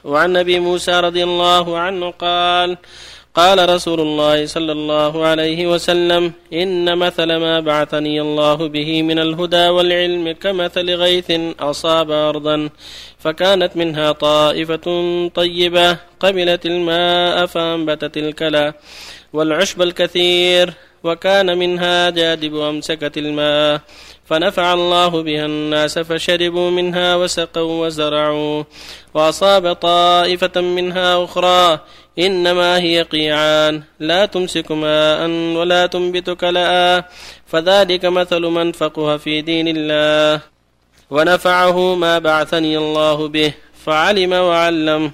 وعن أبي موسى رضي الله عنه قال قال رسول الله صلى الله عليه وسلم إن مثل ما بعثني الله به من الهدى والعلم كمثل غيث أصاب أرضا فكانت منها طائفة طيبة قبلت الماء فأنبتت الكلى والعشب الكثير وكان منها جادب أمسكت الماء فنفع الله بها الناس فشربوا منها وسقوا وزرعوا وأصاب طائفة منها أخرى إنما هي قيعان لا تمسك ماء ولا تنبت كلأ فذلك مثل من فقه في دين الله ونفعه ما بعثني الله به فعلم وعلم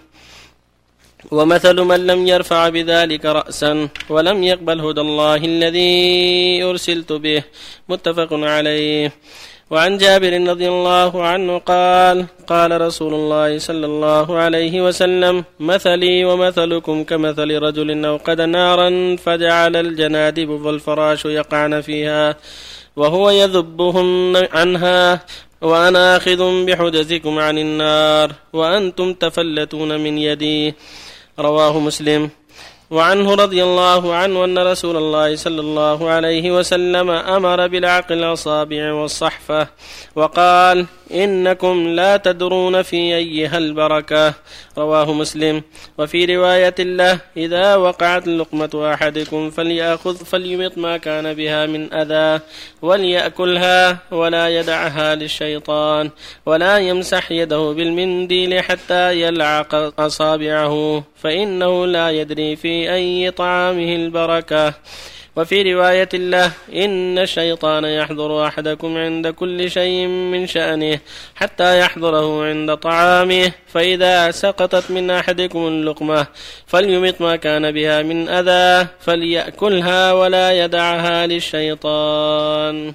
ومثل من لم يرفع بذلك رأسا ولم يقبل هدى الله الذي أرسلت به متفق عليه. وعن جابر رضي الله عنه قال قال رسول الله صلى الله عليه وسلم مثلي ومثلكم كمثل رجل أوقد نارا فجعل الجنادب والفراش يقعن فيها وهو يذبهن عنها وأنا آخذ بحجزكم عن النار وأنتم تفلتون من يدي رواه مسلم. وعنه رضي الله عنه أن رسول الله صلى الله عليه وسلم أمر بالعقل الأصابع والصحفة وقال إنكم لا تدرون في أيها البركة رواه مسلم. وفي رواية له إذا وقعت لقمة أحدكم فليأخذ فليمط ما كان بها من أذى وليأكلها ولا يدعها للشيطان ولا يمسح يده بالمنديل حتى يلعق أصابعه فإنه لا يدري في أي طعامه البركة. وفي رواية له إن الشيطان يحضر أحدكم عند كل شيء من شأنه حتى يحضره عند طعامه فإذا سقطت من أحدكم اللقمة فليمط ما كان بها من أذى فليأكلها ولا يدعها للشيطان.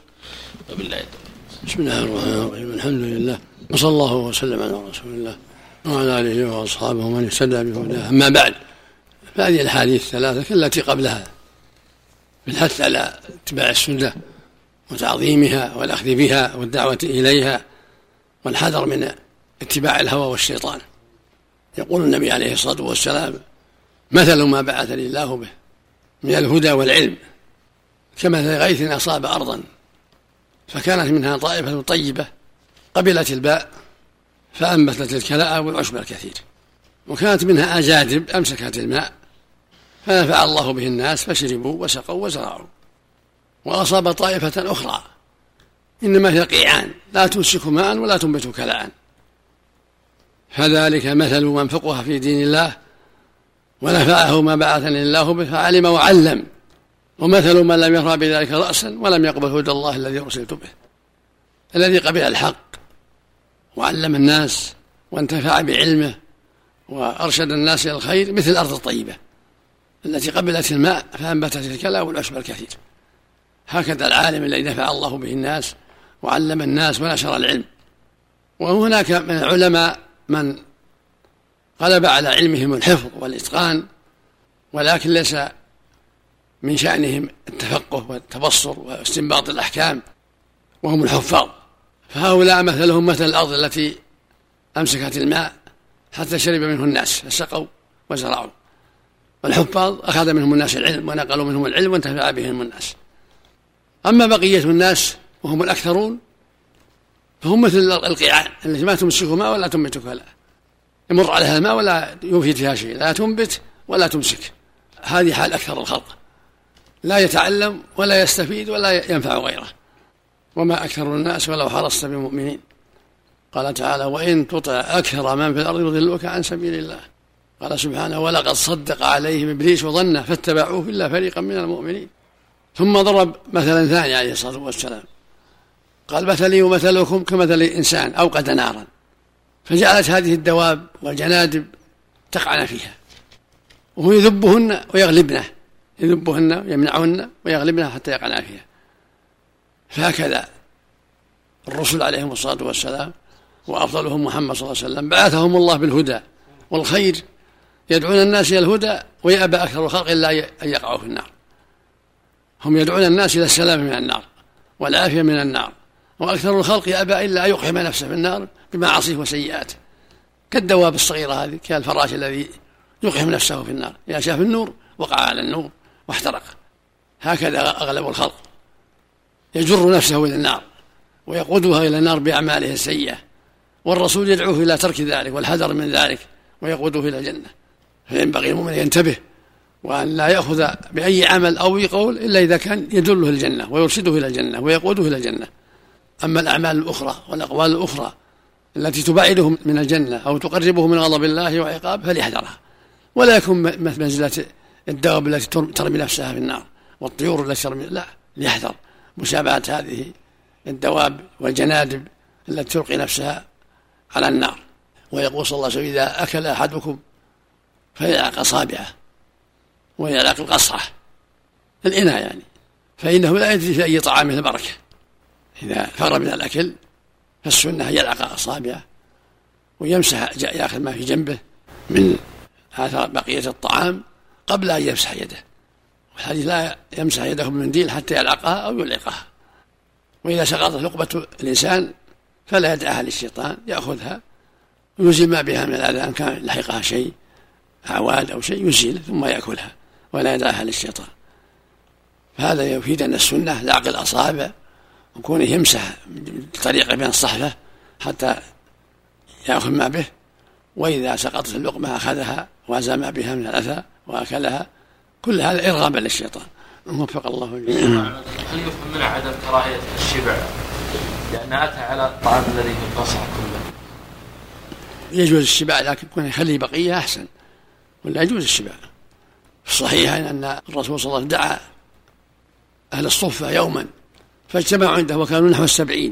بسم الله الرحمن الرحيم الحمد لله وصلى الله وسلم على رسول الله وعلى آله وأصحابه ومن اهتدى بهداه. أما بعد فهذه الأحاديث الثلاثة التي قبلها بالحث على اتباع السنة وتعظيمها والأخذ بها والدعوة إليها والحذر من اتباع الهوى والشيطان. يقول النبي عليه الصلاة والسلام مثل ما بعثني الله به من الهدى والعلم كمثل غيث أصاب أرضا فكانت منها طائفة طيبة قبلت الباء فأنبتت الكلاء والعشب الكثير وكانت منها أجادب أمسكت الماء فنفع الله به الناس فشربوا وسقوا وزرعوا. وأصاب طائفة أخرى إنما هي قيعان لا تمسك ماء ولا تنبت كلاء فذلك مثل من فقه في دين الله ونفعه ما بعثني الله به فعلم وعلم ومثل من لم يرفع بذلك رأسا ولم يقبل هدى الله الذي أرسلت به الذي قبل الحق وعلم الناس وانتفع بعلمه وأرشد الناس إلى الخير مثل الأرض الطيبة التي قبلت الماء فأنبتت الكلى والعشب الكثير. هكذا العالم الذي نفع الله به الناس وعلم الناس ونشر العلم. وهناك من العلماء من غلب على علمهم الحفظ والإتقان ولكن ليس من شأنهم التفقه والتبصر واستنباط الأحكام وهم الحفاظ فهؤلاء مثلهم مثل الأرض التي أمسكت الماء حتى شرب منه الناس فسقوا وزرعوا. والحفاظ أخذ منهم الناس العلم ونقلوا منهم العلم وانتفع بهم الناس. أما بقية الناس وهم الأكثرون فهم مثل القيعان التي ما تمسك ماء ولا تنبت كلاء يمر عليها الماء ولا يفيد فيها شيء لا تنبت ولا تمسك. هذه حال أكثر الخلق لا يتعلم ولا يستفيد ولا ينفع غيره. وما أكثر الناس ولو حرصت بمؤمنين. قال تعالى وإن تطع أكثر من في الأرض يضلوك عن سبيل الله. قال سبحانه ولقد صدق عليهم إبليس وظنه فاتبعوه إلا فريقا من المؤمنين. ثم ضرب مثلا ثاني عليه الصلاة والسلام قال مثلي ومثلكم كمثل إنسان أوقد نارا فجعلت هذه الدواب والجنادب تقعن فيها وهو يذبهن ويغلبنه يذبهن ويمنعهن ويغلبنه حتى يقعن فيها. فهكذا الرسل عليهم الصلاة والسلام وأفضلهم محمد صلى الله عليه وسلم بعثهم الله بالهدى والخير يدعون الناس إلى الهدى ويأبى أكثر الخلق إلا أن يقعوا في النار. هم يدعون الناس إلى السلام من النار والعافية من النار وأكثر الخلق يأبى إلا أن يقحم نفسه في النار بمعاصيه وسيئاته كالدواب الصغيرة هذه، كالفراش الذي يقحم نفسه في النار، إذا شاف النور وقع على النور واحترق. هكذا أغلب الخلق يجر نفسه إلى النار ويقودها إلى النار بأعماله السيئة، والرسول يدعوه إلى ترك ذلك والحذر من ذلك ويقوده إلى الجنة. فينبغي المؤمن أن ينتبه وأن لا يأخذ بأي عمل أو بقول إلا إذا كان يدله الجنة ويرشده إلى الجنة ويقوده إلى الجنة. أما الأعمال الأخرى والأقوال الأخرى التي تبعده من الجنة أو تقربه من غضب الله وعقابه فليحذرها، ولا يكون منزلة الدواب التي ترمي نفسها في النار والطيور التي ترمي، لا، ليحذر مشابهة هذه الدواب والجنادب التي تلقي نفسها على النار. ويقول صلى الله عليه وسلم: إذا أكل أحدكم فيلعق أصابعه ويلعق القصعة الإناء يعني، فإنه لا يدري في أي طعامه البركة. إذا فرغ من الأكل فالسنة يلعق أصابعه ويمسح، يأخذ ما في جنبه من آثار بقية الطعام قبل أن يمسح يده، والحديث لا يمسح يده بمنديل حتى يلعقها أو يلعقها. وإذا سقطت لقمة الإنسان فلا يدعها للشيطان، يأخذها ويزيل ما بها من الأذى، إن كان لحقها شيء أعواد أو شيء يزيل ثم يأكلها ولا يدعها للشيطان. فهذا يفيد أن السنة لعق الأصابع وكونه يمسح بطريقة بين الصحفة حتى يأخذ ما به، وإذا سقطت اللقمة أخذها وأزال ما بها من الأذى وأكلها. كل هذا إرغابا للشيطان. وفق الله الجميع. هل يفهم منها عدم كراهية الشبع لأن أتى على الطعام الذي في القصع كله؟ يجوز الشبع لكن يكون يخلي بقية أحسن، ولا يجوز الشبع. الصحيح أن الرسول صلى الله عليه وسلم دعا أهل الصفة يوما فاجتمعوا عنده وكانوا نحو 70،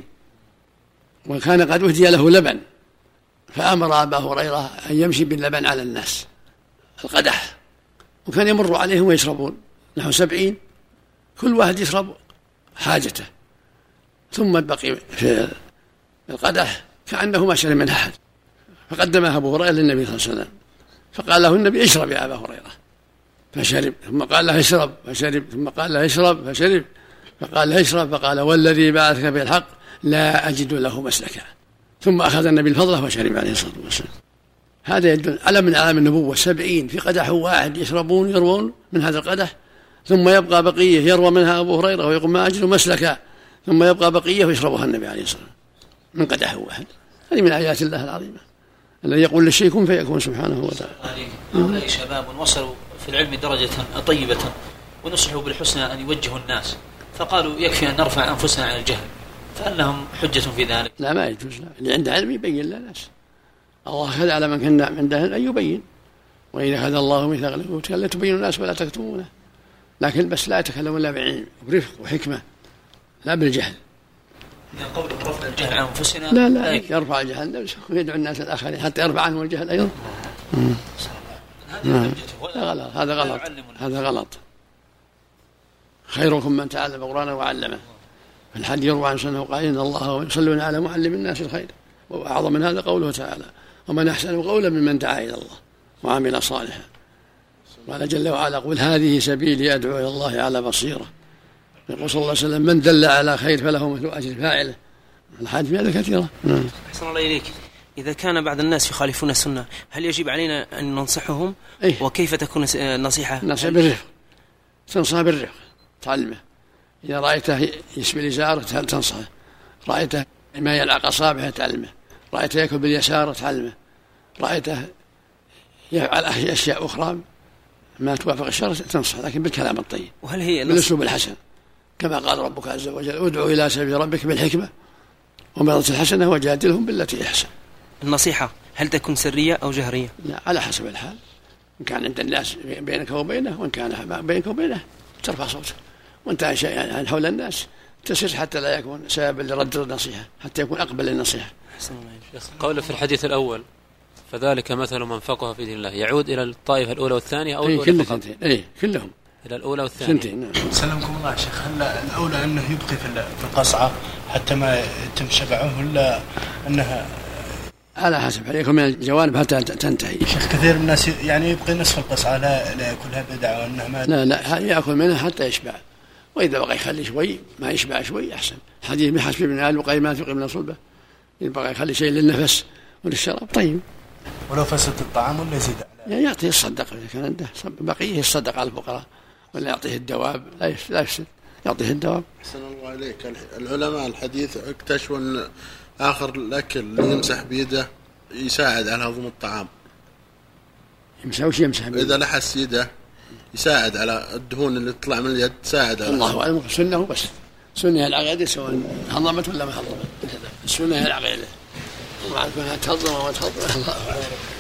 وكان قد أهدي له لبن، فأمر أبا هريرة أن يمشي باللبن على الناس القدح، وكان يمر عليهم ويشربون نحو 70، كل واحد يشرب حاجته، ثم بقي في القدح كأنه ما شرب من أحد، فقدمها أبو هريرة للنبي صلى الله عليه وسلم، فقال له النبي: اشرب يا أبا هريرة، فشرب، ثم قال له اشرب فشرب، ثم قال له اشرب فشرب، فقال له اشرب، فقال: والذي بعثك بالحق لا أجد له مسلكا، ثم أخذ النبي الفضلة وشرب عليه الصلاة والسلام. هذا يدل على من أعلام النبوة، 70 في قدح واحد يشربون يروون من هذا القدح، ثم يبقى بقية يروى منها أبو هريرة ويقول: ما أجد مسلكا، ثم يبقى بقية ويشربها النبي عليه الصلاة والسلام من قدح واحد. هذه من آيات الله العظيمة الذي يقول للشيء كن فيكون سبحانه وتعالى. هؤلاء شباب وصلوا في العلم درجة طيبة ونصحوا بالحسنى أن يوجهوا الناس، فقالوا يكفي أن نرفع أنفسنا عن الجهل، فهل لهم حجة في ذلك؟ لا، ما يجوز. لا، اللي عنده علم يبين للناس. الله خذ على من كان عنده علم أن يبين، وإذا خذ الله ميثاق النبي لا تبين الناس ولا تكتمونه، لكن بس لا يتكلمون إلا بعلم ورفق وحكمة لا بالجهل. قول رفع الجهل عن أنفسنا لا يرفع الجهل ويدعو الناس الآخرين حتى يرفع عنهم الجهل أيضا. هذا غلط. خيركم من تعلم القرآن وعلمه. في الحديث يروى عن سنه قال: إن الله يصلون على معلم الناس الخير. وأعظم من هذا قوله تعالى: ومن أحسن قولا ممن دعا إلى الله وعمل صالحا. قال جل وعلا: قل هذه سبيلي أدعو إلى الله على بصيرة. يقول صلى الله عليه وسلم: من دل على خير فله مثل أجر فاعله. الحادث في هذا كثيرة. أحسن الله إليك. إذا كان بعض الناس يخالفون السنة هل يجب علينا أن ننصحهم؟ وكيف تكون النصيحة؟ النصيحة بالرفق، تنصح بالرفق، تعلمه. إذا رأيته يسبل إزاره تنصحه، رأيته ما يلعق أصابعه تعلمه، رأيته يأكل باليسار تعلمه، رأيته يفعل أشياء أخرى ما توافق الشرع تنصح، لكن بالكلام الطيب وهل هي بالأسلوب الحسن، كما قال ربك عز وجل: ادعو إلى سبيل ربك بالحكمة وموعظة الحسنة وجادلهم بالتي أحسن. النصيحة هل تكون سرية أو جهرية؟ لا، على حسب الحال، إن كان عند الناس بينك وبينه، وإن كان بينك وبينه ترفع صوتك، وإن كان شيئا عن حول الناس تسر حتى لا يكون سببا لرد النصيحة، حتى يكون أقبل للنصيحة. قوله في الحديث الأول: فذلك مثل من فقه في دين الله، يعود إلى الطائفة الأولى والثانية أو الأولى فقط؟ كلهم إلى الأولى والثانية. سنتين. نعم. سلمكم الله يا شيخ، هل الأولى أنه يبقي في القصعة حتى ما يتم شبعه، ولا أنها على حسب عليكم من الجوانب حتى تنتهي؟ شيخ كثير من الناس يعني يبقي نصف القصعة لا يأكلها بدعة وأنها ما لا يأكل منها حتى يشبع، وإذا بقى يخلي شوي ما يشبع شوي أحسن. حديث بحسب من آل وقيمات يقيم من صلبه، يبقى يخلي شيء للنفس وللشراب طيب. ولو فسد الطعام ولا يزيد عليه؟ يعني يعطيه الصدقة إذا كان عنده بقيه الصدقة على الفقراء، ولا يعطيه الدواب لا يفسد، يعطيه الدواب. أحسن الله إليك. العلماء الحديث اكتشفوا أن آخر الأكل اللي يمسح بيده يساعد على هضم الطعام. يمسح بيده إذا لحس يده يساعد على الدهون اللي تطلع من اليد، تساعد على الله أعلم. سنة بس، سنة العقيدة سواء هضمت ولا ما هضمت، السنة هي العقيدة، ومع كونها تهضم وما تهضم الله أعلم.